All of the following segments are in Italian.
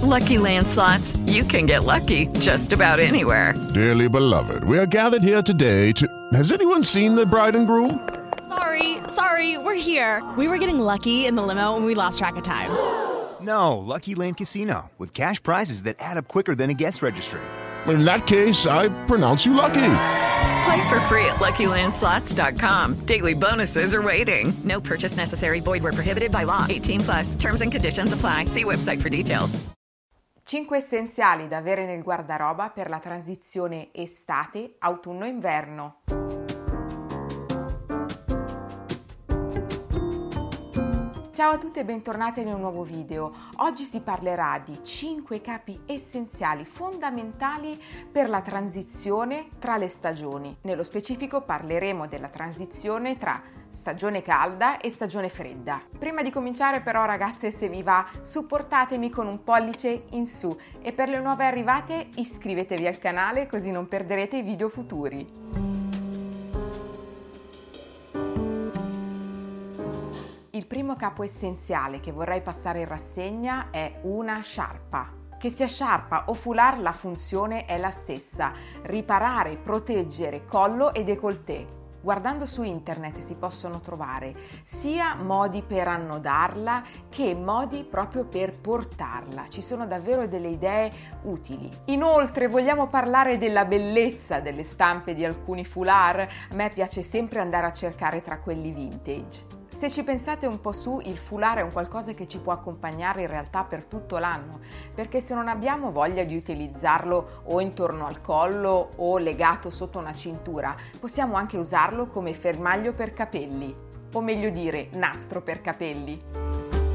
Lucky Land Slots, you can get lucky just about anywhere. Dearly beloved, we are gathered here today to... Has anyone seen the bride and groom? Sorry, we're here. We were getting lucky in the limo and we lost track of time. No, Lucky Land Casino, with cash prizes that add up quicker than a guest registry. In that case, I pronounce you lucky. Play for free at LuckyLandSlots.com. Daily bonuses are waiting. No purchase necessary. Void where prohibited by law. 18+. Terms and conditions apply. See website for details. 5 essenziali da avere nel guardaroba per la transizione estate-autunno-inverno. Ciao a tutti e bentornati in un nuovo video. Oggi si parlerà di 5 capi essenziali fondamentali per la transizione tra le stagioni. Nello specifico parleremo della transizione tra stagione calda e stagione fredda. Prima di cominciare però ragazze, se vi va, supportatemi con un pollice in su e per le nuove arrivate iscrivetevi al canale così non perderete i video futuri. Il primo capo essenziale che vorrei passare in rassegna è una sciarpa. Che sia sciarpa o foulard, la funzione è la stessa: riparare, proteggere collo e décolleté. Guardando su internet si possono trovare sia modi per annodarla che modi proprio per portarla. Ci sono davvero delle idee utili. Inoltre vogliamo parlare della bellezza delle stampe di alcuni foulard. A me piace sempre andare a cercare tra quelli vintage. Se ci pensate un po' su, il foulard è un qualcosa che ci può accompagnare in realtà per tutto l'anno, perché se non abbiamo voglia di utilizzarlo o intorno al collo o legato sotto una cintura, possiamo anche usarlo come fermaglio per capelli, o meglio dire, nastro per capelli.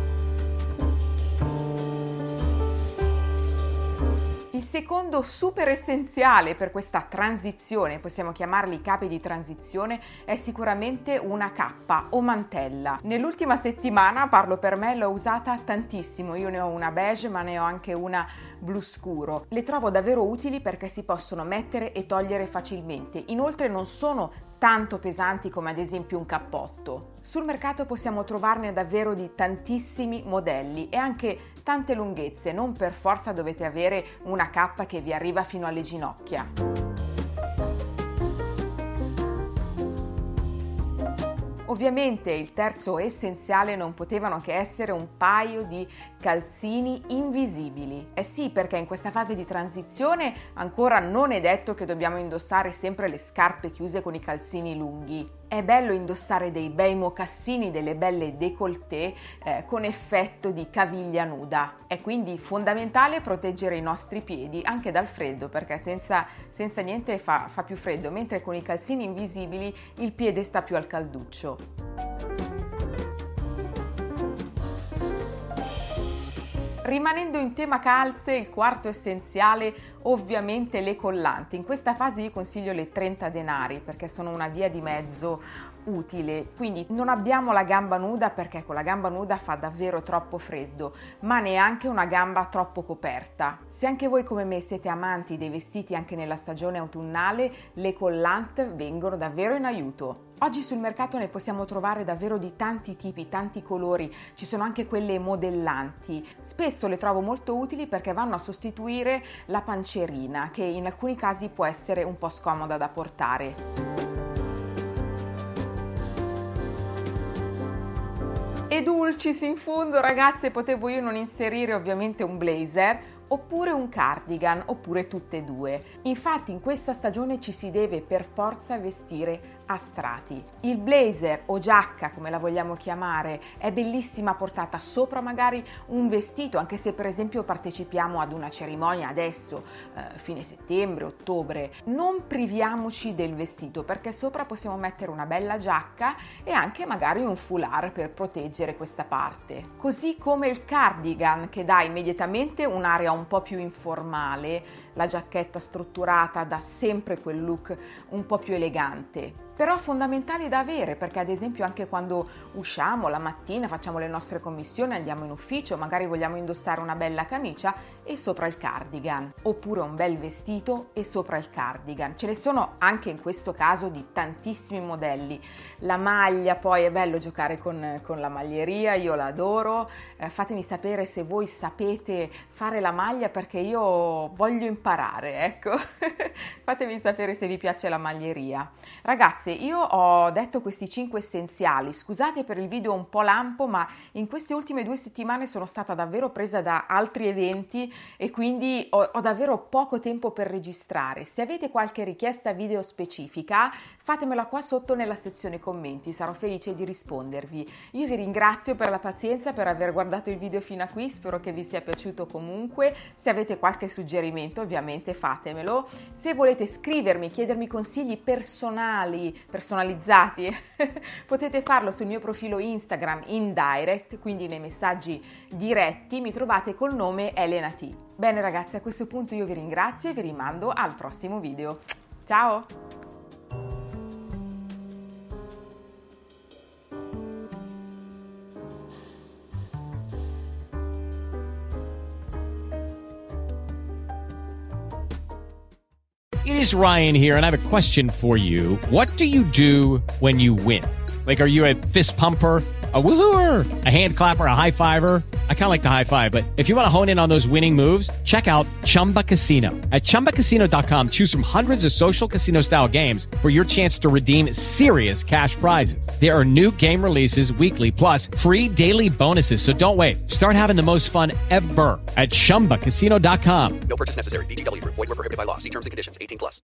Il secondo super essenziale per questa transizione, possiamo chiamarli capi di transizione, è sicuramente una cappa o mantella. Nell'ultima settimana, parlo per me, l'ho usata tantissimo. Io ne ho una beige ma ne ho anche una blu scuro. Le trovo davvero utili perché si possono mettere e togliere facilmente. Inoltre non sono tanto pesanti come ad esempio un cappotto. Sul mercato possiamo trovarne davvero di tantissimi modelli e anche tante lunghezze, non per forza dovete avere una cappa che vi arriva fino alle ginocchia. Ovviamente il terzo essenziale non potevano che essere un paio di calzini invisibili. Eh sì, perché in questa fase di transizione ancora non è detto che dobbiamo indossare sempre le scarpe chiuse con i calzini lunghi. È bello indossare dei bei mocassini, delle belle décolleté con effetto di caviglia nuda. È quindi fondamentale proteggere i nostri piedi anche dal freddo, perché senza niente fa più freddo, mentre con i calzini invisibili il piede sta più al calduccio. Rimanendo in tema calze, il quarto essenziale ovviamente le collanti. In questa fase io consiglio le 30 denari perché sono una via di mezzo utile, quindi non abbiamo la gamba nuda perché con la gamba nuda fa davvero troppo freddo, ma neanche una gamba troppo coperta. Se anche voi come me siete amanti dei vestiti anche nella stagione autunnale, le collant vengono davvero in aiuto. Oggi sul mercato ne possiamo trovare davvero di tanti tipi, tanti colori, ci sono anche quelle modellanti. Spesso le trovo molto utili perché vanno a sostituire la pancerina, che in alcuni casi può essere un po' scomoda da portare. E dulcis in fondo, ragazze, potevo io non inserire ovviamente un blazer oppure un cardigan, oppure tutte e due. Infatti in questa stagione ci si deve per forza vestire a strati. Il blazer o giacca, come la vogliamo chiamare, è bellissima portata sopra magari un vestito, anche se per esempio partecipiamo ad una cerimonia adesso, fine settembre, ottobre. Non priviamoci del vestito, perché sopra possiamo mettere una bella giacca e anche magari un foulard per proteggere questa parte. Così come il cardigan, che dà immediatamente un'area un po' più informale, la giacchetta strutturata dà sempre quel look un po' più elegante. però fondamentali da avere, perché ad esempio anche quando usciamo la mattina, facciamo le nostre commissioni, andiamo in ufficio, magari vogliamo indossare una bella camicia e sopra il cardigan, oppure un bel vestito e sopra il cardigan. Ce ne sono anche in questo caso di tantissimi modelli. La maglia, poi è bello giocare con la maglieria, io l'adoro. Fatemi sapere se voi sapete fare la maglia, perché io voglio imparare, ecco. Fatemi sapere se vi piace la maglieria. Ragazze, io ho detto questi 5 essenziali, scusate per il video un po' lampo, ma in queste ultime 2 settimane sono stata davvero presa da altri eventi e quindi ho davvero poco tempo per registrare. Se avete qualche richiesta video specifica, fatemela qua sotto nella sezione commenti, sarò felice di rispondervi. Io vi ringrazio per la pazienza, per aver guardato il video fino a qui, spero che vi sia piaciuto comunque. Se avete qualche suggerimento, ovviamente fatemelo. Se volete scrivermi, chiedermi consigli personalizzati, potete farlo sul mio profilo Instagram in direct, quindi nei messaggi diretti, mi trovate col nome Elena T. Bene ragazzi, a questo punto io vi ringrazio e vi rimando al prossimo video. Ciao! It is Ryan here, and I have a question for you. What do you do when you win? Like, are you a fist pumper, a woohooer, a hand clapper, a high fiver? I kind of like the high five, but if you want to hone in on those winning moves, check out Chumba Casino. At ChumbaCasino.com, choose from hundreds of social casino-style games for your chance to redeem serious cash prizes. There are new game releases weekly, plus free daily bonuses. So don't wait. Start having the most fun ever at ChumbaCasino.com. No purchase necessary. VGW Group. Void where prohibited by law. See terms and conditions. 18+.